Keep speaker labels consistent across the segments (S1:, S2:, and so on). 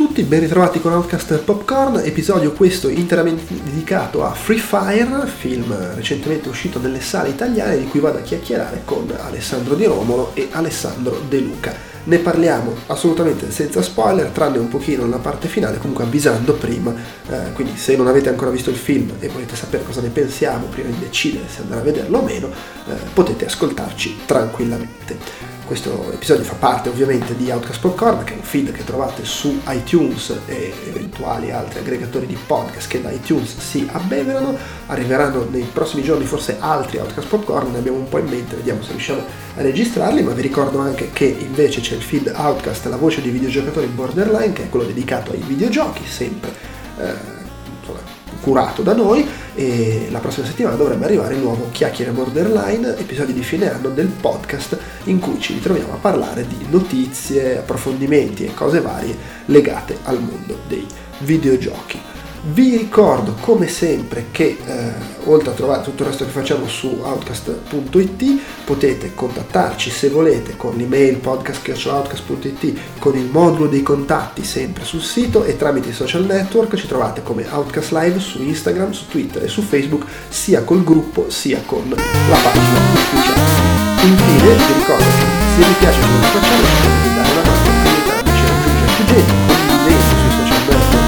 S1: tutti, ben ritrovati con Outcast Popcorn, episodio questo interamente dedicato a Free Fire, film recentemente uscito nelle sale italiane di cui vado a chiacchierare con Alessandro Di Romolo e Alessandro De Luca. Ne parliamo assolutamente senza spoiler, tranne un pochino la parte finale, comunque avvisando prima, quindi se non avete ancora visto il film e volete sapere cosa ne pensiamo prima di decidere se andare a vederlo o meno, potete ascoltarci tranquillamente. Questo episodio fa parte ovviamente di Outcast Popcorn, che è un feed che trovate su iTunes e eventuali altri aggregatori di podcast che da iTunes si abbeverano. Arriveranno nei prossimi giorni forse altri Outcast Popcorn, ne abbiamo un po' in mente, vediamo se riusciamo a registrarli, ma vi ricordo anche che invece c'è il feed Outcast, la voce dei videogiocatori Borderline, che è quello dedicato ai videogiochi, sempre curato da noi, e la prossima settimana dovrebbe arrivare il nuovo Chiacchiere Borderline, episodi di fine anno del podcast in cui ci ritroviamo a parlare di notizie, approfondimenti e cose varie legate al mondo dei videogiochi. Vi ricordo come sempre che oltre a trovare tutto il resto che facciamo su outcast.it potete contattarci se volete con l'email podcast@outcast.it, con il modulo dei contatti sempre sul sito e tramite i social network. Ci trovate come Outcast Live su Instagram, su Twitter e su Facebook, sia col gruppo sia con la pagina ufficiale. Infine vi ricordo che se vi piace quello che facciamo potete dare una mano per aiutarci a raggiungere più gente, condividendo sui social network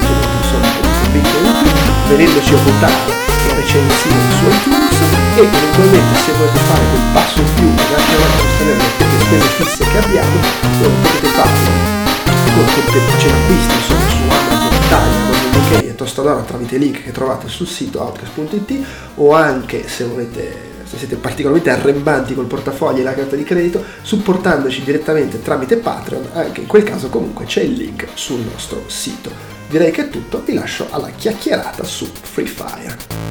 S1: venendoci a votare e a recensire su iTunes, e eventualmente se volete fare quel passo in più per andare avanti a sostenere le spese fisse che abbiamo, potete farlo con facendo acquisti insomma su Amazon Italia, Amazon UK e Tostadora tramite i link che trovate sul sito outcast.it, o anche se siete particolarmente arrembanti col portafoglio e la carta di credito, supportandoci direttamente tramite Patreon. Anche in quel caso comunque c'è il link sul nostro sito. Direi che è tutto, vi lascio alla chiacchierata su Free Fire.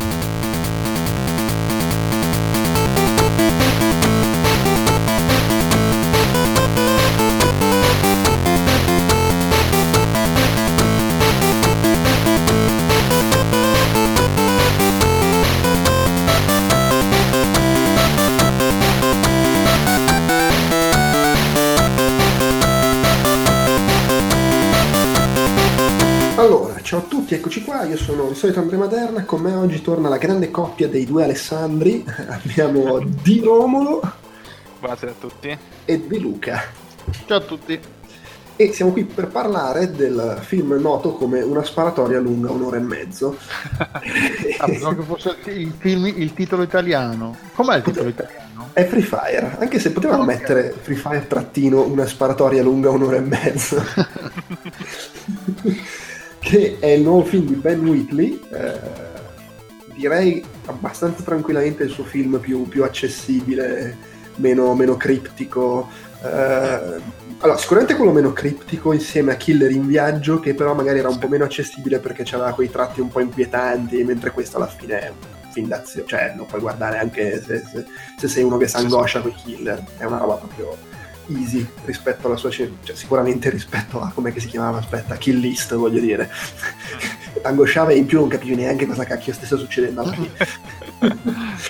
S1: Allora, ciao a tutti, eccoci qua, io sono il solito Andrea Maderna, con me oggi torna la grande coppia dei due Alessandri, abbiamo Di Romolo.
S2: Buonasera a tutti.
S1: E Di Luca.
S3: Ciao a tutti.
S1: E siamo qui per parlare del film noto come Una sparatoria lunga 1 ora e mezzo.
S3: Pensavo che fosse il titolo italiano. Com'è il titolo italiano?
S1: È Free Fire, anche se potevano mettere Free Fire trattino una sparatoria lunga 1 ora e mezzo. Che è il nuovo film di Ben Wheatley, direi abbastanza tranquillamente il suo film più accessibile, meno criptico. Allora, sicuramente quello meno criptico insieme a Killer in viaggio, che però magari era un po' meno accessibile perché c'aveva quei tratti un po' inquietanti, mentre questo alla fine è un film d'azione, cioè lo puoi guardare anche se sei uno che si angoscia con i killer, è una roba proprio easy rispetto alla sua, cioè sicuramente rispetto a come si chiamava, Kill List, voglio dire. Angosciava e in più non capivi neanche cosa cacchio stesse succedendo alla fine.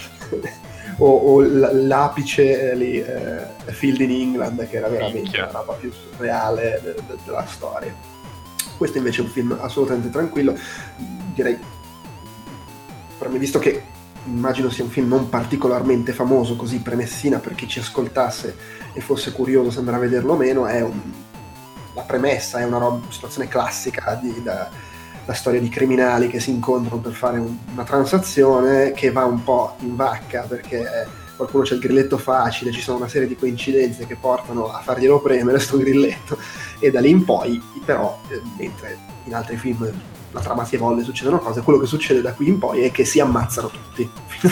S1: o l'apice lì, Field in England, che era veramente la roba più surreale della storia. Questo invece è un film assolutamente tranquillo, direi, per me, visto che immagino sia un film non particolarmente famoso, così premessina per chi ci ascoltasse e fosse curioso se andare a vederlo o meno, la premessa è una situazione classica la storia di criminali che si incontrano per fare una transazione che va un po' in vacca perché qualcuno c'ha il grilletto facile, ci sono una serie di coincidenze che portano a farglielo premere sto grilletto, e da lì in poi però, mentre in altri film la trama si evolve, succedono cose, quello che succede da qui in poi è che si ammazzano tutti.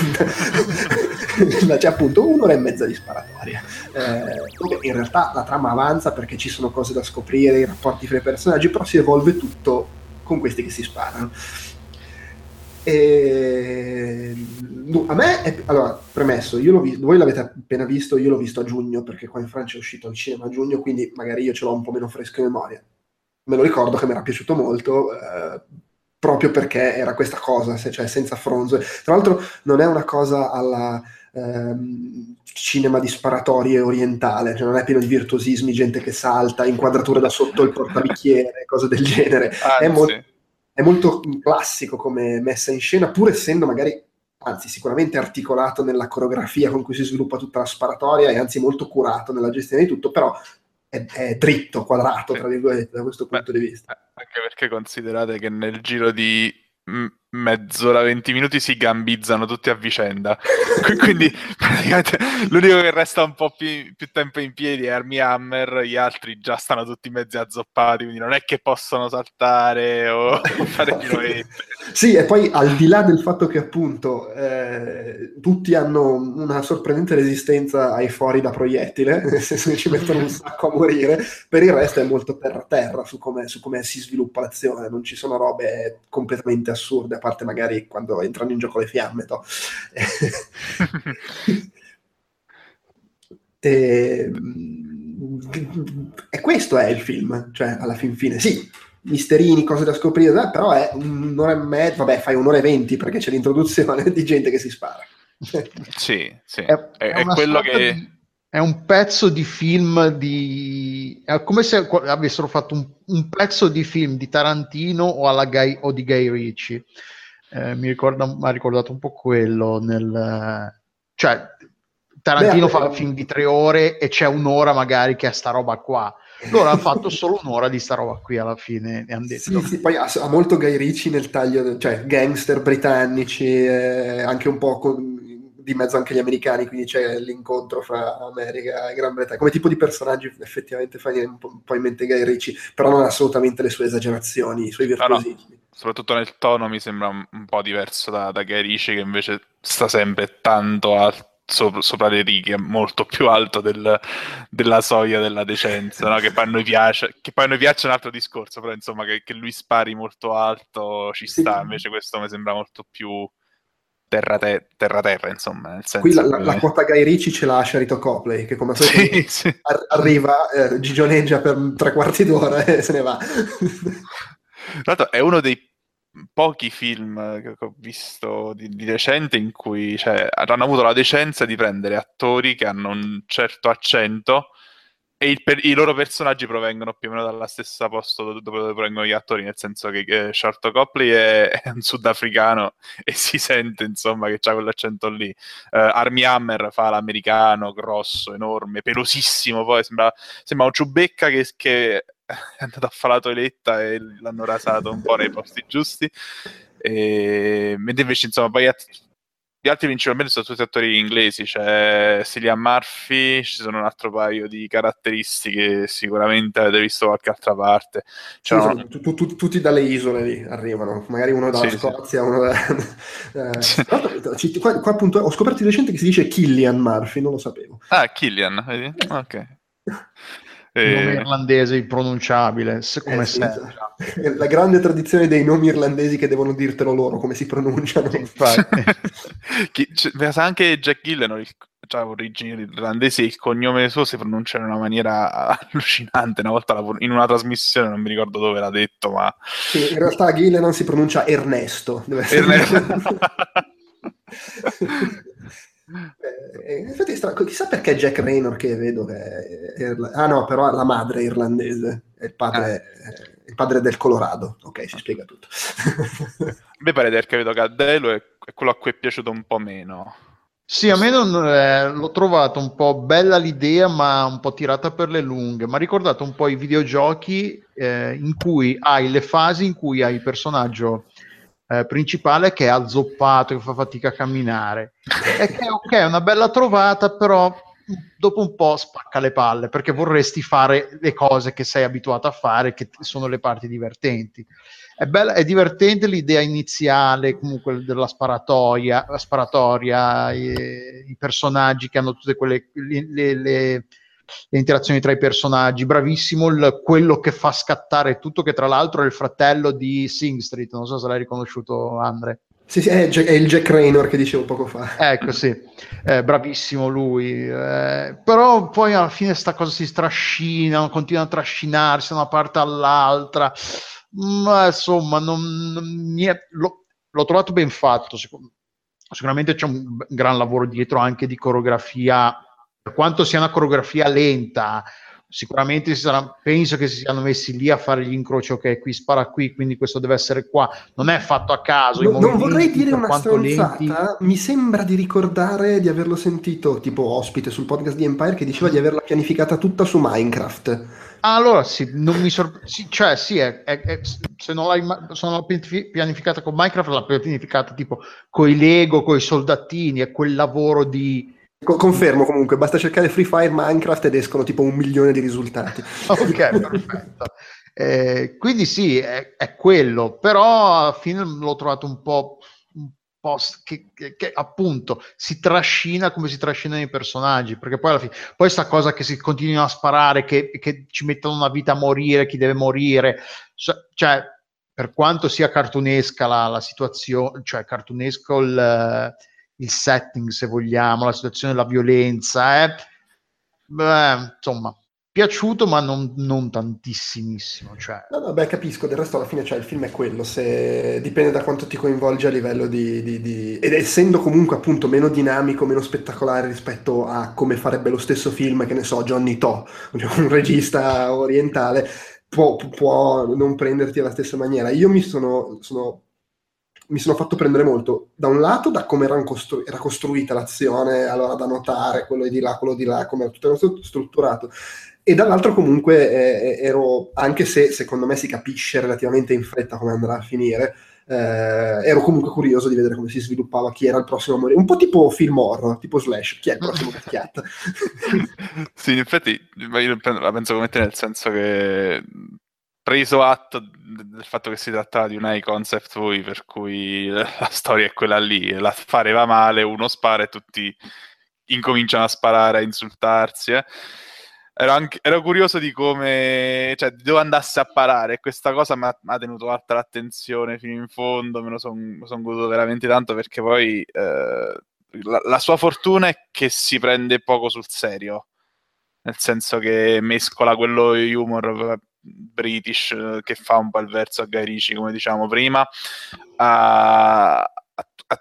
S1: C'è appunto 1 ora e mezza di sparatoria. In realtà la trama avanza perché ci sono cose da scoprire, i rapporti fra i personaggi, però si evolve tutto con questi che si sparano. A me allora, premesso, voi l'avete appena visto, io l'ho visto a giugno perché qua in Francia è uscito al cinema a giugno, quindi magari io ce l'ho un po' meno fresco in memoria. Me lo ricordo che mi era piaciuto molto, proprio perché era questa cosa, cioè senza fronzole. Tra l'altro non è una cosa alla cinema di sparatorie orientale, cioè non è pieno di virtuosismi, gente che salta, inquadrature da sotto il portabicchiere, cose del genere.
S2: Anzi,
S1: È molto classico come messa in scena, pur essendo magari, anzi sicuramente articolato nella coreografia con cui si sviluppa tutta la sparatoria e anzi molto curato nella gestione di tutto, però è dritto, quadrato,
S2: sì.
S1: tra virgolette, da questo
S2: Beh,
S1: punto di vista.
S2: anche perché considerate che nel giro di mezz'ora, 20 minuti si gambizzano tutti a vicenda. Quindi praticamente l'unico che resta un po' più tempo in piedi è Armie Hammer, gli altri già stanno tutti mezzi azzoppati, quindi non è che possono saltare o fare piroette.
S1: Sì, e poi al di là del fatto che appunto tutti hanno una sorprendente resistenza ai fori da proiettile, nel senso che ci mettono un sacco a morire, per il resto è molto terra-terra su come si sviluppa l'azione, non ci sono robe completamente assurde, a parte magari quando entrano in gioco le fiamme. E, e questo è il film, cioè alla fin fine, sì, misterini, cose da scoprire, però è un'ora e mezza, vabbè, fai un'ora e 20 perché c'è l'introduzione di gente che si spara.
S2: Sì, sì.
S3: È una
S2: quello
S3: sorta
S2: che...
S3: di... È un pezzo di film di... È come se avessero fatto un pezzo di film di Tarantino o di Guy Ritchie. Mi ha ricordato un po' quello cioè Tarantino fa film di 3 ore e c'è un'ora magari che è sta roba qua. Loro hanno fatto solo un'ora di sta roba qui alla fine e hanno detto.
S1: Sì, poi ha molto Guy Ritchie nel taglio, cioè gangster britannici, anche un po' di mezzo anche gli americani, quindi c'è l'incontro fra America e Gran Bretagna. Come tipo di personaggi effettivamente fa un po' in mente Guy Ritchie, però non ha assolutamente le sue esagerazioni, i suoi virtuosismi.
S2: No, soprattutto nel tono mi sembra un po' diverso da Guy Ritchie, che invece sta sempre tanto alto, sopra le righe, molto più alto della soglia della decenza, no? Che poi a noi piace, è un altro discorso, però insomma che lui spari molto alto ci
S1: Sì.
S2: sta, invece questo mi sembra molto più terra, insomma, nel
S1: Qui
S2: senso
S1: la
S2: che...
S1: quota Guy Ritchie ce l'ha Sharito Copley, che come al solito
S2: Sì.
S1: arriva, gigioneggia per 3 quarti d'ora e se ne va.
S2: Tra l'altro è uno dei pochi film che ho visto di recente in cui hanno avuto la decenza di prendere attori che hanno un certo accento e i loro personaggi provengono più o meno dalla stessa posto dove provengono gli attori, nel senso che Sharlto Copley è un sudafricano e si sente insomma che c'ha quell'accento lì. Armie Hammer fa l'americano grosso, enorme, pelosissimo, poi sembra un ciubecca che è andato a fare la toeletta e l'hanno rasato un po' nei posti giusti. Mentre invece insomma poi gli altri principalmente sono tutti attori inglesi, c'è Cillian Murphy, ci sono un altro paio di caratteristiche sicuramente avete visto da qualche altra parte.
S1: Sì, tutti dalle isole lì arrivano, magari uno dalla
S2: Sì.
S1: Scozia, uno da... qua appunto ho scoperto di recente che si dice Cillian Murphy, non lo sapevo.
S2: Ah, Killian, vedi? Ok.
S3: Nome irlandese impronunciabile, come
S1: sì,
S3: sempre.
S1: La grande tradizione dei nomi irlandesi che devono dirtelo loro come si pronunciano.
S3: Infatti.
S2: Sa anche Jack Gyllenhaal, ha origini irlandesi, il cognome suo si pronuncia in una maniera allucinante. Una volta in una trasmissione, non mi ricordo dove l'ha detto, ma...
S1: Sì, in realtà Gyllenhaal si pronuncia Ernesto. Deve essere... infatti è strano. Chissà perché Jack Raynor, che vedo che ah no, però la madre è irlandese e il padre del Colorado. Ok, si spiega tutto.
S2: A me pare di aver capito che Adelo è quello a cui è piaciuto un po' meno.
S3: Sì, a me l'ho trovato un po' bella l'idea, ma un po' tirata per le lunghe. Mi ha ricordato un po' i videogiochi in cui hai le fasi in cui hai il personaggio principale che è azzoppato, che fa fatica a camminare. E che ok, è una bella trovata, però dopo un po' spacca le palle, perché vorresti fare le cose che sei abituato a fare, che sono le parti divertenti. È divertente l'idea iniziale comunque della sparatoria, i personaggi che hanno tutte quelle le interazioni tra i personaggi, bravissimo quello che fa scattare tutto, che tra l'altro è il fratello di Sing Street, non so se l'hai riconosciuto, Andre.
S1: Sì, è il Jack Raynor che dicevo poco fa.
S3: Ecco, sì, bravissimo lui, però poi alla fine sta cosa si strascina, continua a trascinarsi da una parte all'altra, Ma insomma, l'ho trovato ben fatto. Sicuramente c'è un gran lavoro dietro anche di coreografia, per quanto sia una coreografia lenta. Sicuramente penso che si siano messi lì a fare gli incroci, ok, qui spara qui, quindi questo deve essere qua. Non è fatto a caso, i
S1: Non vorrei
S3: movimenti,
S1: dire
S3: per
S1: una
S3: quanto lenti.
S1: stronzata, mi sembra di ricordare di averlo sentito tipo ospite sul podcast di Empire che diceva di averla pianificata tutta su Minecraft.
S3: Allora sì, non mi sì, cioè sì, se non l'hai se non l'ho pianificata con Minecraft, l'ha pianificata tipo con i Lego, con i soldatini, è quel lavoro di...
S1: Confermo comunque, basta cercare Free Fire Minecraft ed escono tipo 1 milione di risultati.
S3: Ok, perfetto. Quindi sì, è quello, però alla fine l'ho trovato un po' che appunto si trascina come si trascinano i personaggi, perché poi alla fine, poi sta cosa che si continuano a sparare, che ci mettono una vita a morire, chi deve morire, cioè per quanto sia cartunesca la situazione, cioè cartunesco il setting, se vogliamo, la situazione della violenza, insomma, piaciuto, ma non tantissimissimo. Cioè,
S1: No, no, beh, capisco, del resto alla fine cioè, il film è quello, se... dipende da quanto ti coinvolge a livello ed essendo comunque appunto meno dinamico, meno spettacolare rispetto a come farebbe lo stesso film, che ne so, Johnny To, cioè un regista orientale, può non prenderti alla stessa maniera. Io mi sono fatto prendere molto, da un lato, da come era costruita l'azione, allora da notare quello di là, come era tutto strutturato, e dall'altro comunque ero, anche se secondo me si capisce relativamente in fretta come andrà a finire, ero comunque curioso di vedere come si sviluppava, chi era il prossimo a morire, un po' tipo film horror, tipo Slash, chi è il prossimo cacchiato?
S2: Sì, in effetti ma io la penso come te, nel senso che preso atto del fatto che si trattava di un high concept movie, per cui la storia è quella lì, l'affare va male, uno spara e tutti incominciano a sparare, a insultarsi. Ero curioso di come, cioè, di dove andasse a parare, e questa cosa mi ha tenuto alta l'attenzione fino in fondo, me lo son goduto veramente tanto, perché poi la sua fortuna è che si prende poco sul serio, nel senso che mescola quello humor British che fa un po' il verso a Guy Ritchie, come diciamo prima, a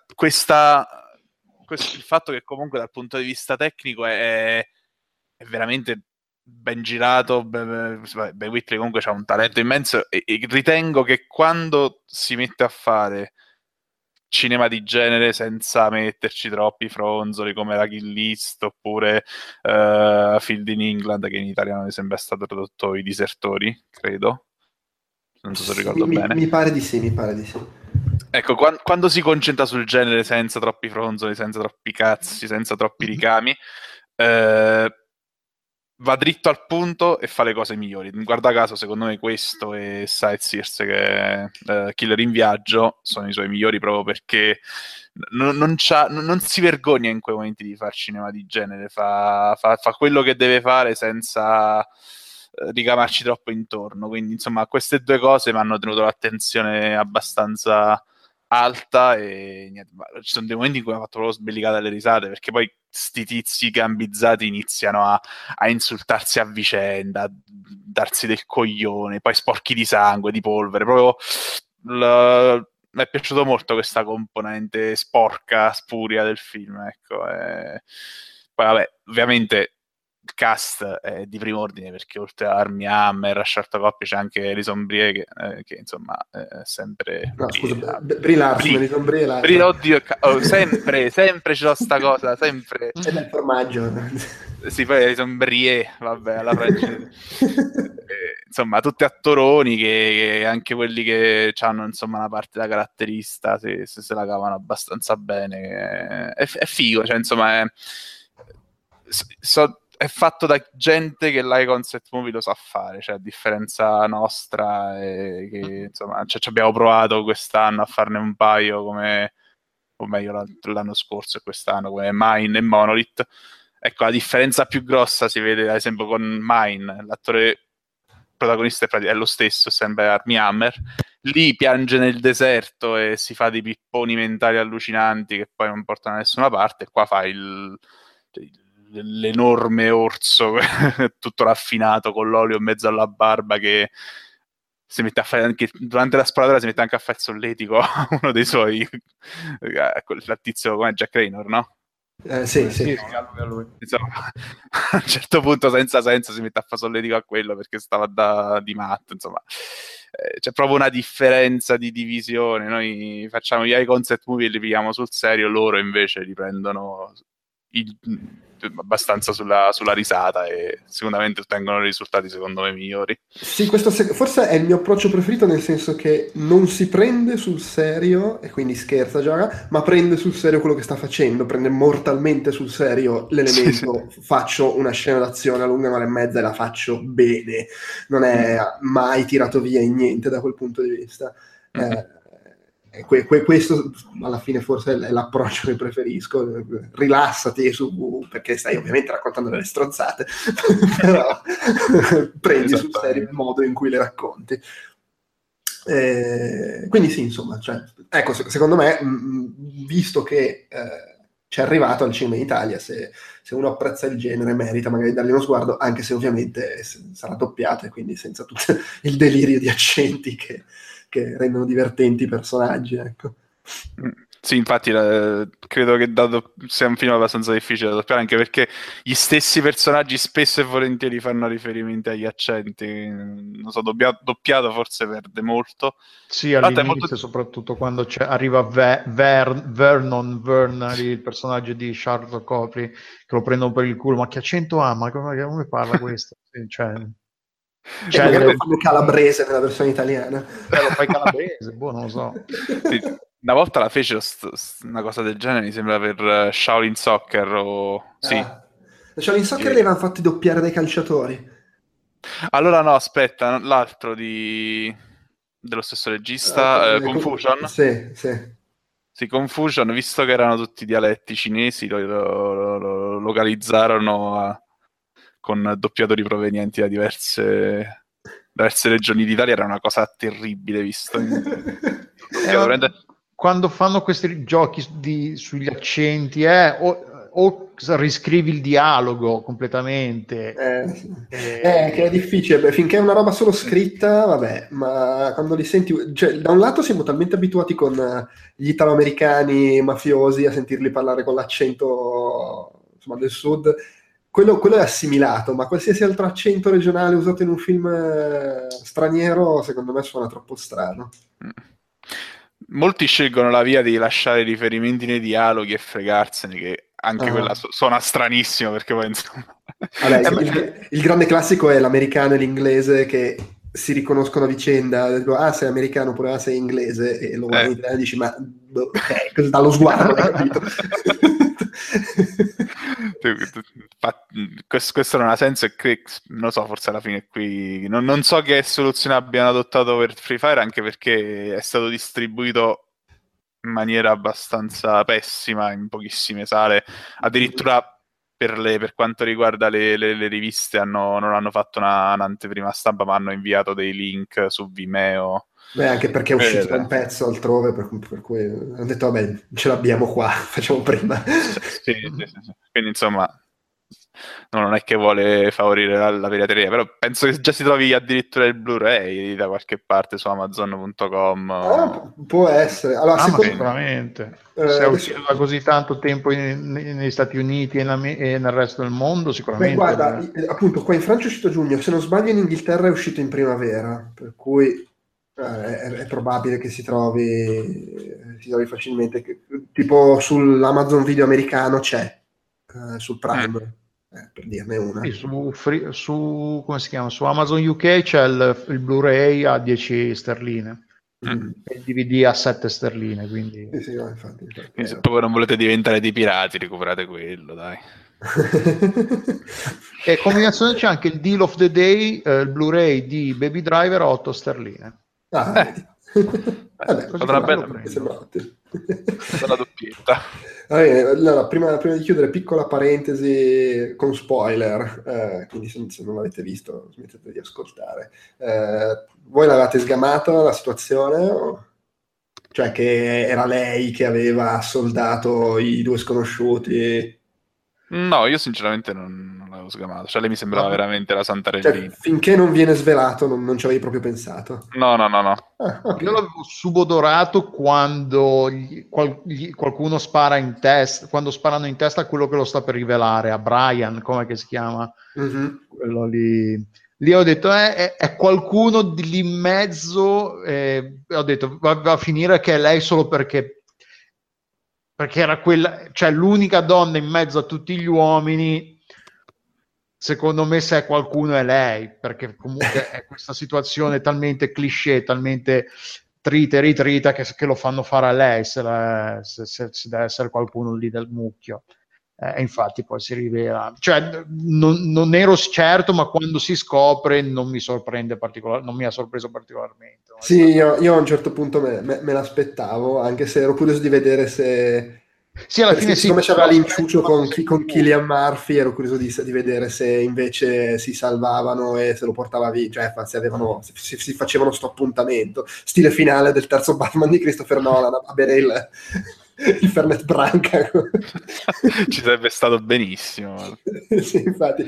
S2: il fatto che comunque dal punto di vista tecnico è veramente ben girato. Ben Whitley comunque ha un talento immenso, e ritengo che quando si mette a fare cinema di genere senza metterci troppi fronzoli come la Kill List oppure Field in England, che in italiano mi sembra stato tradotto I disertori, credo, non so se
S1: Sì,
S2: ricordo bene.
S1: mi pare di sì, mi pare di sì.
S2: Ecco, quando si concentra sul genere senza troppi fronzoli, senza troppi cazzi, senza troppi ricami, eh, va dritto al punto e fa le cose migliori. Guarda caso, secondo me questo e Sightseers, che è Killer in viaggio, sono i suoi migliori, proprio perché non si vergogna in quei momenti di far cinema di genere, fa quello che deve fare senza ricamarci troppo intorno. Quindi, insomma, queste due cose mi hanno tenuto l'attenzione abbastanza alta, e niente, ci sono dei momenti in cui mi ha fatto proprio sbellicare le risate, perché poi sti tizi gambizzati iniziano a insultarsi a vicenda, a darsi del coglione, poi sporchi di sangue, di polvere, proprio mi è piaciuto molto questa componente sporca, spuria del film, ecco. Poi vabbè, ovviamente il cast è di primo ordine, perché oltre a Armie Hammer, a Sharktocoppia c'è anche Alison Brie, che insomma è sempre
S1: No, scusa,
S2: Brie.
S1: Brie Larson, Alison Brie
S2: Brie,
S1: Larson.
S2: oddio, sempre c'è sta cosa, sempre.
S1: È del formaggio.
S2: Sì, poi Alison Brie, vabbè, alla francese. Insomma, tutti attoroni che anche quelli che hanno insomma una parte da caratterista se la cavano abbastanza bene. È figo, cioè insomma è fatto da gente che l'high concept movie lo sa fare, cioè a differenza nostra, che insomma ci abbiamo provato quest'anno a farne un paio, come, o meglio l'anno scorso e quest'anno, come Mine e Monolith. Ecco, la differenza più grossa si vede ad esempio con Mine, l'attore protagonista è lo stesso, sempre Armie Hammer. Lì piange nel deserto e si fa dei pipponi mentali allucinanti che poi non portano da nessuna parte, e qua fa l'enorme orso tutto raffinato con l'olio in mezzo alla barba, che si mette a fare anche durante la sparatura, si mette anche a fare il solletico a uno dei suoi al tizio come Jack Raynor, no?
S1: Sì.
S3: a lui.
S2: Insomma, a un certo punto senza senso si mette a fare solletico a quello perché stava di matto, insomma. C'è proprio una differenza di divisione. Noi facciamo gli high concept movie e li pigliamo sul serio, loro invece li prendono abbastanza sulla risata e sicuramente ottengono risultati secondo me migliori.
S1: Sì, questo forse è il mio approccio preferito, nel senso che non si prende sul serio e quindi scherza già, ma prende sul serio quello che sta facendo, prende mortalmente sul serio l'elemento.
S2: Sì.
S1: Faccio una scena d'azione a lunga 1 ora e mezza e la faccio bene, non è mai tirato via in niente da quel punto di vista. Questo alla fine forse è l'approccio che preferisco. Rilassati perché stai ovviamente raccontando delle strozzate però prendi sul serio il modo in cui le racconti. Quindi sì, insomma, cioè, ecco, secondo me, visto che c'è arrivato al cinema in Italia, se uno apprezza il genere merita magari dargli uno sguardo, anche se ovviamente sarà doppiato e quindi senza tutto il delirio di accenti che rendono divertenti i personaggi, ecco.
S2: Sì, infatti credo che sia un film abbastanza difficile da doppiare, anche perché gli stessi personaggi spesso e volentieri fanno riferimenti agli accenti. Non so, doppiato forse perde molto.
S3: Sì, all'inizio, soprattutto quando arriva Vernon, il personaggio di Sharlto Copley, che lo prendono per il culo. Ma che accento ha? Ma come parla questo?
S1: Magari lo fanno calabrese nella versione italiana.
S3: Lo fai calabrese, non lo so.
S2: Sì, una volta la fece una cosa del genere, mi sembra per Shaolin Soccer sì.
S1: Shaolin Soccer li avevano fatti doppiare dai calciatori.
S2: Allora no, aspetta, l'altro dello stesso regista, Confusion. Sì, Confusion, visto che erano tutti dialetti cinesi, lo localizzarono con doppiatori provenienti da diverse regioni d'Italia. Era una cosa terribile, visto.
S3: Quando fanno questi giochi sugli accenti, o riscrivi il dialogo completamente.
S1: Che è difficile, finché è una roba solo scritta, vabbè, ma quando li senti, cioè, da un lato siamo talmente abituati con gli italoamericani mafiosi a sentirli parlare con l'accento, insomma, del sud, quello è assimilato, ma qualsiasi altro accento regionale usato in un film straniero, secondo me suona troppo strano.
S2: Molti scelgono la via di lasciare riferimenti nei dialoghi e fregarsene, che anche quella suona stranissimo, perché poi insomma...
S1: Vabbè, il grande classico è l'americano e l'inglese che si riconoscono a vicenda. Dico, sei americano oppure sei inglese, e lo guardi in italiano e dici, ma ok, dallo sguardo l'hai capito.
S2: Questo non ha senso, e non so, forse alla fine qui non so che soluzione abbiano adottato per Free Fire, anche perché è stato distribuito in maniera abbastanza pessima in pochissime sale, addirittura per quanto riguarda le riviste non hanno fatto un'anteprima stampa, ma hanno inviato dei link su Vimeo.
S1: Beh, anche perché è uscito un pezzo altrove, per cui hanno detto, vabbè, ce l'abbiamo qua, facciamo prima.
S2: Sì. Quindi insomma non è che vuole favorire la pirateria, però penso che già si trovi addirittura il Blu-ray da qualche parte su Amazon.com.
S1: Può essere. Allora,
S3: sicuramente. Se è uscito da così tanto tempo negli Stati Uniti e nel resto del mondo, sicuramente.
S1: Beh, guarda, appunto, qua in Francia è uscito a giugno, se non sbaglio in Inghilterra è uscito in primavera, per cui è probabile che si trovi facilmente. Tipo sull'Amazon Video americano c'è, sul Prime. Per dirne una.
S3: Sì, su come si chiama? Su Amazon UK c'è il Blu-ray a 10 sterline e il DVD a 7 sterline, quindi...
S1: Sì, no, infatti.
S2: Se proprio non volete diventare dei pirati, recuperate quello, dai.
S3: E combinazione c'è anche il Deal of the Day, il Blu-ray di Baby Driver a 8 sterline.
S1: Vabbè,
S2: una bella doppietta.
S1: Allora, prima di chiudere, piccola parentesi con spoiler, quindi se non l'avete visto smettete di ascoltare. Voi l'avete sgamata la situazione? Cioè che era lei che aveva soldato i due sconosciuti?
S2: No, io sinceramente non l'avevo sgamato. Cioè, lei mi sembrava veramente la
S1: Cioè,
S2: Santarellina.
S1: finché non viene svelato non ci avevi proprio pensato.
S2: No, no, no, no.
S1: Ah, ok.
S3: Io l'avevo subodorato quando qualcuno spara in testa, quando sparano in testa a quello che lo sta per rivelare, a Brian, come che si chiama?
S1: Mhm.
S3: Quello lì. Lì ho detto, è qualcuno di lì in mezzo, ho detto, va a finire che è lei solo perché era quella, cioè l'unica donna in mezzo a tutti gli uomini. Secondo me se è qualcuno è lei, perché comunque è questa situazione talmente cliché, talmente trita e ritrita che lo fanno fare a lei se deve essere qualcuno lì del mucchio. E infatti poi si rivela, cioè non ero certo, ma quando si scopre non mi sorprende non mi ha sorpreso particolarmente.
S1: Sì, io a un certo punto me l'aspettavo, anche se ero curioso di vedere se...
S3: Sì, alla fine sì,
S1: Siccome
S3: me
S1: c'era
S3: lo aspetto,
S1: l'inciucio
S3: ma
S1: con,
S3: così
S1: con
S3: pure.
S1: Cillian Murphy, ero curioso di vedere se invece si salvavano e se lo portava via, cioè si facevano sto appuntamento, stile finale del terzo Batman di Christopher Nolan, a bere il Fernet Branca.
S2: Ci sarebbe stato benissimo.
S1: Sì, infatti.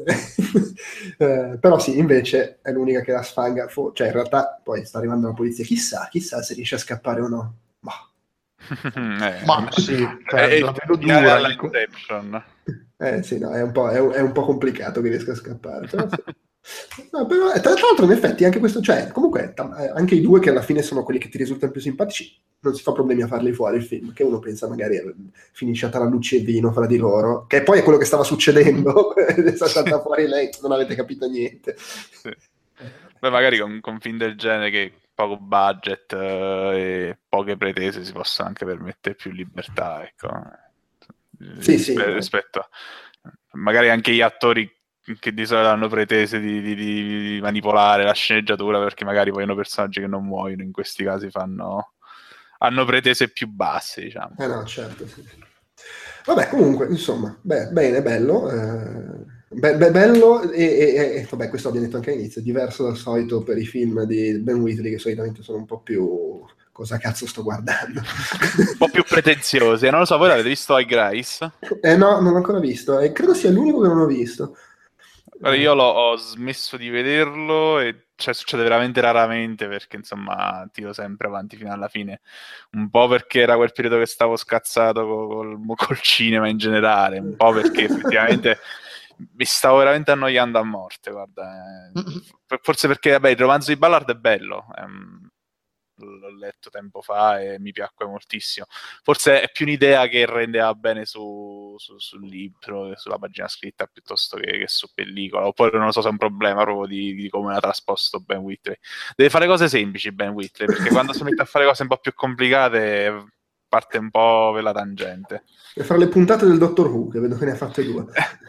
S1: Però sì, invece è l'unica che la sfanga, cioè in realtà poi sta arrivando la polizia, chissà se riesce a scappare o no. Boh.
S3: Ma sì,
S2: È il
S3: la vedo
S2: finale
S3: dura.
S2: alla Inception.
S1: Sì, no, è un po' complicato che riesca a scappare, però sì. No, però, tra l'altro in effetti anche questo, cioè comunque anche i due che alla fine sono quelli che ti risultano più simpatici, non si fa problemi a farli fuori il film, che uno pensa magari finisce a tralucci e vino fra di loro, che poi è quello che stava succedendo, è saltata fuori lei, non avete capito niente.
S2: Sì. Beh, magari con film del genere che poco budget e poche pretese si possono anche permettere più libertà, ecco.
S1: Sì.
S2: Rispetto a magari anche gli attori che di solito hanno pretese di manipolare la sceneggiatura perché magari vogliono personaggi che non muoiono, in questi casi hanno pretese più basse, diciamo.
S1: No, certo, sì. Vabbè, comunque, insomma, bene, bello. Bello e vabbè, questo abbiamo detto anche all'inizio, è diverso dal solito per i film di Ben Wheatley che solitamente sono un po' più cosa cazzo sto guardando.
S2: Un po' più pretenziosi. Non lo so, voi l'avete visto High Grace?
S1: No, non l'ho ancora visto e credo sia l'unico che non ho visto.
S2: Allora, io ho smesso di vederlo e cioè, succede veramente raramente perché insomma tiro sempre avanti fino alla fine, un po' perché era quel periodo che stavo scazzato col cinema in generale, un po' perché effettivamente mi stavo veramente annoiando a morte, guarda. Forse perché vabbè, il romanzo di Ballard è bello, l'ho letto tempo fa e mi piacque moltissimo. Forse è più un'idea che rendeva bene sul libro, sulla pagina scritta, piuttosto che su pellicola. Oppure non lo so se è un problema proprio di come l'ha trasposto Ben Wheatley. Deve fare cose semplici Ben Wheatley, perché quando si mette a fare cose un po' più complicate parte un po' per la tangente.
S1: E fra le puntate del Doctor Who, che vedo che ne ha fatte 2.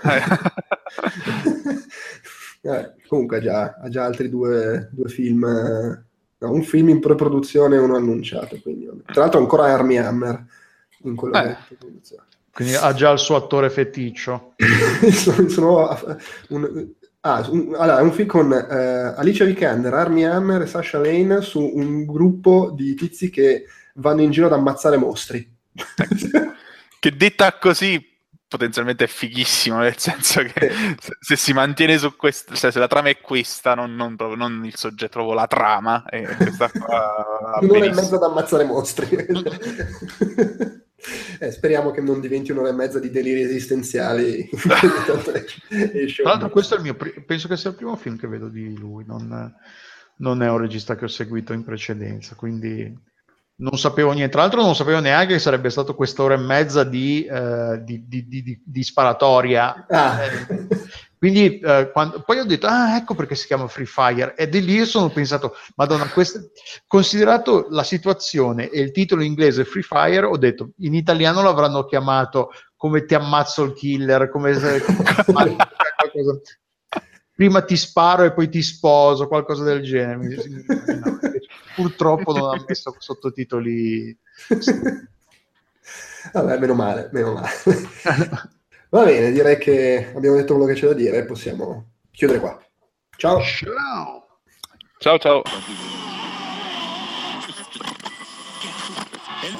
S1: Comunque ha già altri due film, no, un film in pre-produzione e uno annunciato, quindi, tra l'altro ancora Armie Hammer in quello che è in pre-produzione.
S3: Quindi ha già il suo attore feticcio.
S1: Allora, è un film con Alicia Vikander, Armie Hammer e Sasha Lane su un gruppo di tizi che vanno in giro ad ammazzare mostri.
S2: Che detta così potenzialmente è fighissimo, nel senso che se si mantiene su questo, cioè se la trama è questa, non il soggetto, proprio la trama, e questa qua
S1: un'ora e mezza ad ammazzare mostri. Speriamo che non diventi un'ora e mezza di deliri esistenziali.
S3: Tra l'altro questo è il mio penso che sia il primo film che vedo di lui, non è un regista che ho seguito in precedenza, quindi non sapevo niente. Tra l'altro non sapevo neanche che sarebbe stato quest'ora e mezza di sparatoria. Quindi poi ho detto, ecco perché si chiama Free Fire, e di lì sono pensato, Madonna, considerato la situazione e il titolo inglese Free Fire, ho detto, in italiano l'avranno chiamato come ti ammazzo il killer, come qualcosa. Prima ti sparo e poi ti sposo, qualcosa del genere. No, purtroppo non ha messo sottotitoli.
S1: Vabbè, meno male. Va bene, direi che abbiamo detto quello che c'è da dire e possiamo chiudere qua. Ciao.
S2: Ciao.